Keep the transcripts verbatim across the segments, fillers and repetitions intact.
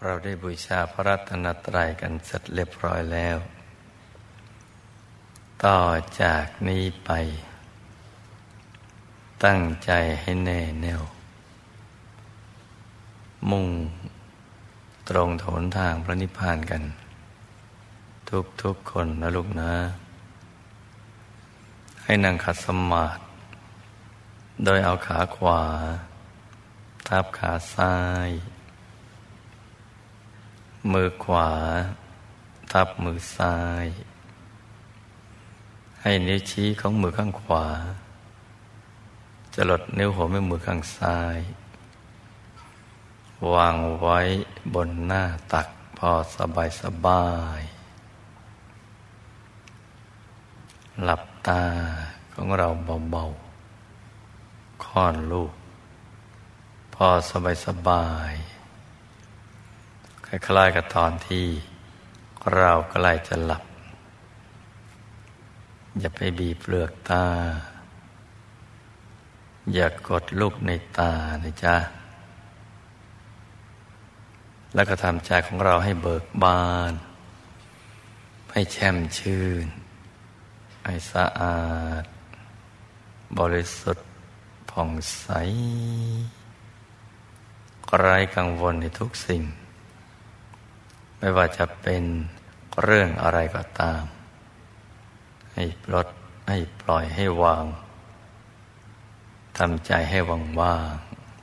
เราได้บูชาพระรัตนตรัยกันเสร็จเรียบร้อยแล้วต่อจากนี้ไปตั้งใจให้แน่แน่วมุ่งตรงถนทางพระนิพพานกันทุกทุกคนนะลูกนะให้นั่งขัดสมาธิโดยเอาขาขวาทับขาซ้ายมือขวาทับมือซ้ายให้นิ้วชี้ของมือข้างขวาจรดนิ้วหัวแม่มือข้างซ้ายวางไว้บนหน้าตักพอสบายสบายหลับตาของเราเบาๆค่อนลูกพอสบายสบายคล้ายๆกับตอนที่เราใกล้จะหลับอย่าไปบีบเปลือกตาอย่ากดลูกในตานะจ๊ะแล้วก็ทำใจของเราให้เบิกบานให้แช่มชื่นให้สะอาดบริสุทธิ์ผ่องใสไร้กังวลในทุกสิ่งไม่ว่าจะเป็นเรื่องอะไรก็ตามให้ปลดให้ปล่อยให้วางทำใจให้ว่าง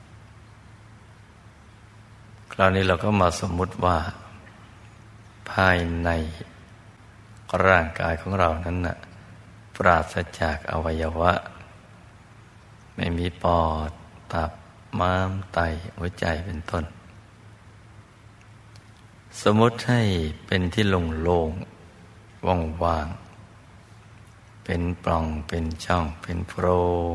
ๆคราวนี้เราก็มาสมมุติว่าภายในร่างกายของเรานั้นน่ะปราศจากอวัยวะไม่มีปอดตับม้ามไตหัวใจเป็นต้นสมมุติให้เป็นที่โล่งๆว่างๆเป็นปล่องเป็นช่องเป็นโพรง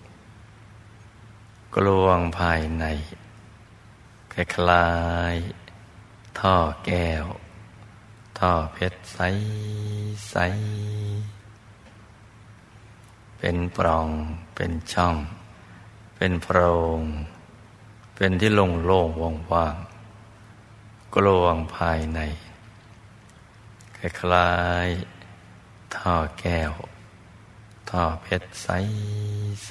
กลวงภายในคล้ายๆท่อแก้วท่อเพชรใสๆเป็นปล่องเป็นช่องเป็นโพรงเป็นที่โล่งๆว่างๆกลวงภายในคล้ายๆท่อแก้วท่อเพชรใส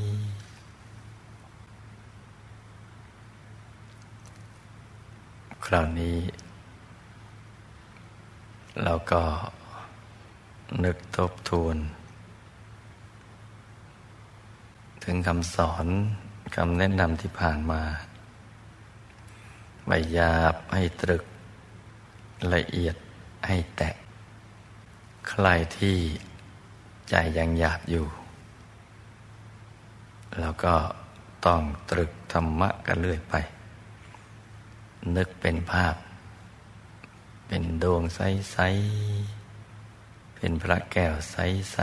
ๆคราวนี้เราก็นึกทบทวนถึงคำสอนคำแนะนำที่ผ่านมาไม่หยาบให้ตรึกละเอียดให้แตะใครที่ใจยังหยาบอยู่แล้วก็ต้องตรึกธรรมะกันเรื่อยไปนึกเป็นภาพเป็นดวงใสๆเป็นพระแก้วใส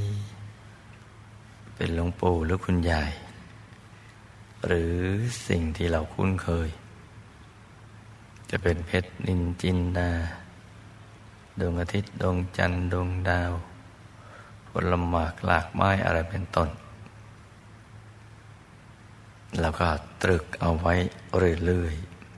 ๆเป็นหลวงปู่หรือคุณยายหรือสิ่งที่เราคุ้นเคยจะเป็นเพชรนินจินดาดวงอาทิตย์ดวงจันทร์ดวงดาวผลหมากหลากไม้อะไรเป็นต้นแล้วก็ตรึกเอาไว้เรื่อย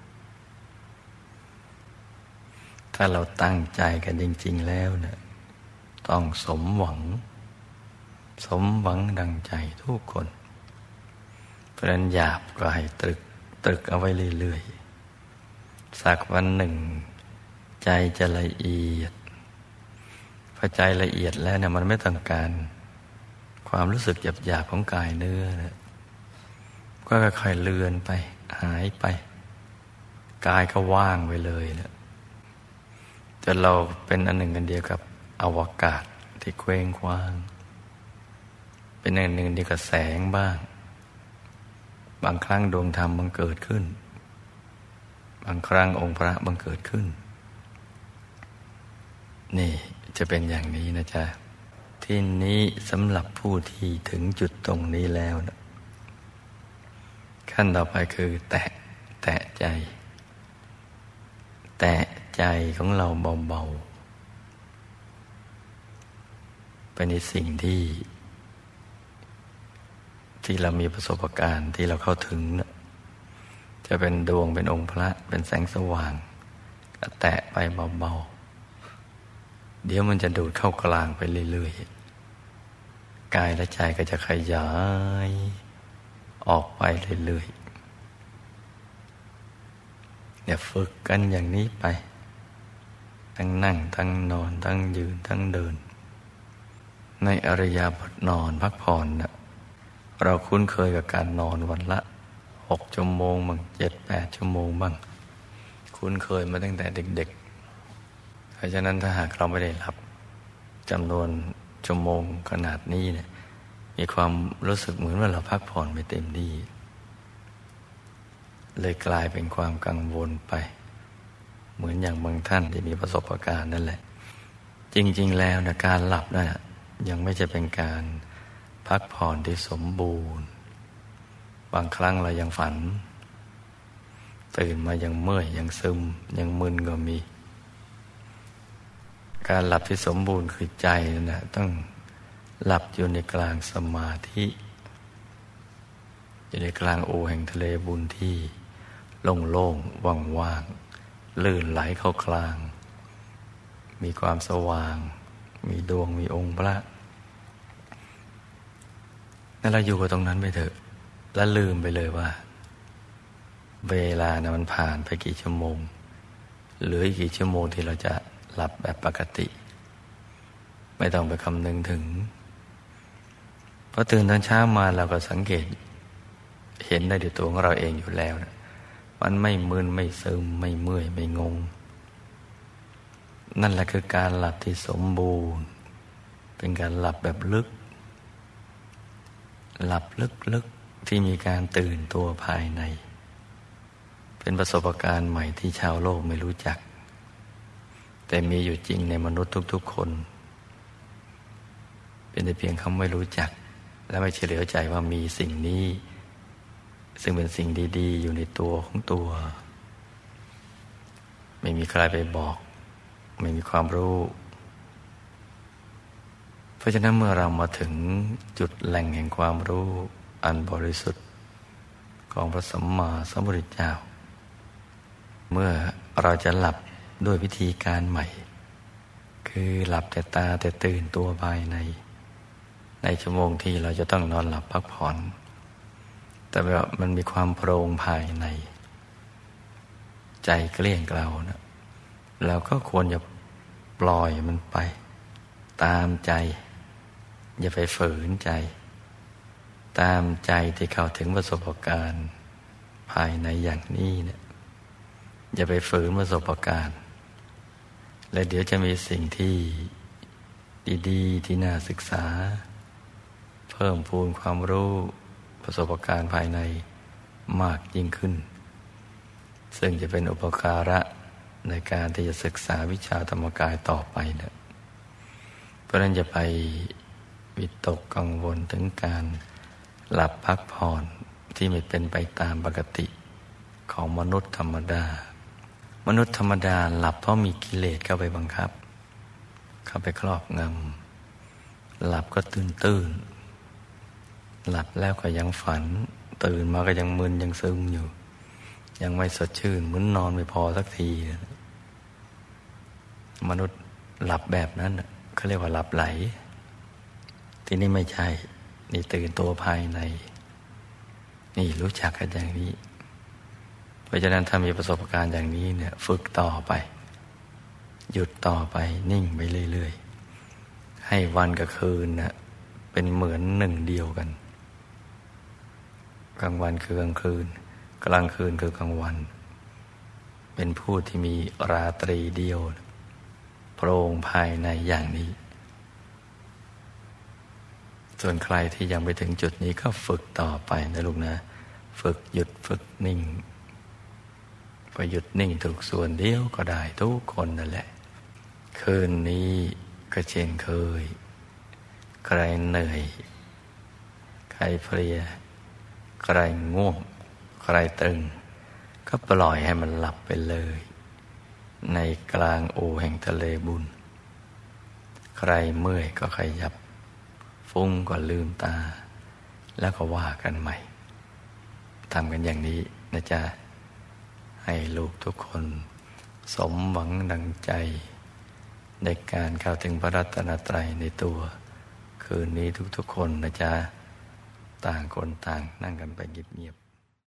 ๆถ้าเราตั้งใจกันจริงๆแล้วเนี่ยต้องสมหวังสมหวังดังใจทุกคนเพราะนั้นหยาบก็ให้ตรึกตรึกเอาไว้เรื่อยๆสักวันหนึ่งใจจะละเอียดพอใจละเอียดแล้วเนี่ยมันไม่ต้องการความรู้สึกหยาบๆของกายเนื้อนะก็ค่อยๆเลือนไปหายไปกายก็ว่างไปเลยนะจนเราเป็นอันหนึ่งอันเดียวกับอวกาศที่เคว้งคว้างเป็นอันหนึ่งอันเดียวกับแสงบ้างบางครั้งดวงธรรมบังเกิดขึ้นบางครั้งองค์พระบังเกิดขึ้นนี่จะเป็นอย่างนี้นะจ๊ะที่นี้สำหรับผู้ที่ถึงจุดตรงนี้แล้วนะขั้นต่อไปคือแตะแตะใจแตะใจของเราเบาๆไปในสิ่งที่ ที่เรามีประสบการณ์ที่เราเข้าถึงนะจจะเป็นดวงเป็นองค์พระเป็นแสงสว่างก็แตะไปเบาๆเดี๋ยวมันจะดูดเข้ากลางไปเรื่อยๆกายและใจก็จะขยายออกไปเรื่อยๆเนี่ยฝึกกันอย่างนี้ไปทั้งนั่งทั้งนอนทั้งยืนทั้งเดินในอริยบทนอนพักผ่อนนะเราคุ้นเคยกับการนอนวันละหกชั่วโมงบ้างเจ็ดแปดชั่วโมงบ้างคุ้นเคยมาตั้งแต่เด็กๆเพราะฉะนั้นถ้าหากเราไม่ได้รับจำนวนชั่วโมงขนาดนี้เนี่ยมีความรู้สึกเหมือนว่าเราพักผ่อนไม่เต็มที่เลยกลายเป็นความกังวลไปเหมือนอย่างบางท่านที่มีประสบการณ์นั่นแหละจริงๆแล้วนะการหลับนั่นนะยังไม่ใช่เป็นการพักผ่อนที่สมบูรณ์บางครั้งเรายังฝันตื่นมายังเมื่อยยังซึมยังมึนก็มีการหลับที่สมบูรณ์คือใจนั่นนะต้องหลับอยู่ในกลางสมาธิอยู่ในกลางโอแห่งทะเลบุญที่โล่งๆว่างๆลื่นไหลเข้ากลางมีความสว่างมีดวงมีองค์พระนั่นเราอยู่กับตรงนั้นไปเถอะแล้วลืมไปเลยว่าเวลานะมันผ่านไปกี่ชั่วโมงเหลืออีกกี่ชั่วโมงที่เราจะหลับแบบปกติไม่ต้องไปคำนึงถึงพอตื่นตอนเช้ามาเราก็สังเกตเห็นได้ด้วยตัวของเราเองอยู่แล้วนะมันไม่มึนไม่ซึมไม่เมื่อยไม่งงนั่นแหละคือการหลับที่สมบูรณ์เป็นการหลับแบบลึกหลับลึกๆที่มีการตื่นตัวภายในเป็นประสบการณ์ใหม่ที่ชาวโลกไม่รู้จักแต่มีอยู่จริงในมนุษย์ทุกๆคนเป็นแต่เพียงเขาไม่รู้จักและไม่เฉลียวใจว่ามีสิ่งนี้ซึ่งเป็นสิ่งดีๆอยู่ในตัวของตัวไม่มีใครไปบอกไม่มีความรู้เพราะฉะนั้นเมื่อเรามาถึงจุดแหล่งแห่งความรู้อันบริสุทธิ์ของพระสัมมาสัมพุทธเจ้าเมื่อเราจะหลับด้วยวิธีการใหม่คือหลับแต่ตาแต่ตื่นตัวภายในในชั่วโมงที่เราจะต้องนอนหลับพักผ่อนแต่ว่ามันมีความโปร่งภายในใจเกลี้ยงเกลานะเราก็ควรจะปล่อยมันไปตามใจอย่าไปฝืนใจตามใจที่เข้าถึงประสบการณ์ภายในอย่างนี้เนี่ยอย่าไปฝืนประสบการณ์และเดี๋ยวจะมีสิ่งที่ดีๆที่น่าศึกษาเพิ่มพูนความรู้ประสบการณ์ภายในมากยิ่งขึ้นซึ่งจะเป็นอุปการะในการที่จะศึกษาวิชาธรรมกายต่อไปนะเพราะนั้นจะไปวิตกกังวลถึงการหลับพักผ่อนที่ไม่เป็นไปตามปกติของมนุษย์ธรรมดามนุษย์ธรรมดาหลับเพราะมีกิเลสเข้าไปบังคับเข้าไปครอบงำหลับก็ตื่นตื่นหลับแล้วก็ยังฝันตื่นมาก็ยังมึนยังซึมอยู่ยังไม่สดชื่นเหมือนนอนไม่พอสักทีมนุษย์หลับแบบนั้นเขาเรียกว่าหลับไหลที่นี่ไม่ใช่นี่ตื่นตัวภายในนี่รู้จักกันอย่างนี้เพราะฉะนั้นถ้ามีประสบการณ์อย่างนี้เนี่ยฝึกต่อไปหยุดต่อไปนิ่งไปเรื่อยๆให้วันกับคืนนะเป็นเหมือนหนึ่งเดียวกันกลางวันคือกลางคืนกลางคืนคือกลางวันเป็นผู้ที่มีราตรีเดียวโปร่งภายในอย่างนี้ส่วนใครที่ยังไปถึงจุดนี้ก็ฝึกต่อไปนะลูกนะฝึกหยุดฝึกนิ่งพอหยุดนิ่งถูกส่วนเดียวก็ได้ทุกคนนั่นแหละคืนนี้ก็เช่นเคยใครเหนื่อยใครเพลียใครง่วงใครตึงก็ปล่อยให้มันหลับไปเลยในกลางโอแห่งทะเลบุญใครเมื่อยก็ขยับฟุ้งก็ลืมตาแล้วก็ว่ากันใหม่ทำกันอย่างนี้นะจ๊ะให้ลูกทุกคนสมหวังดังใจในการเข้าถึงพระรัตนตรัยในตัวคืนนี้ทุกๆคนนะจ๊ะต่างคนต่างนั่งกันไปเงียบๆ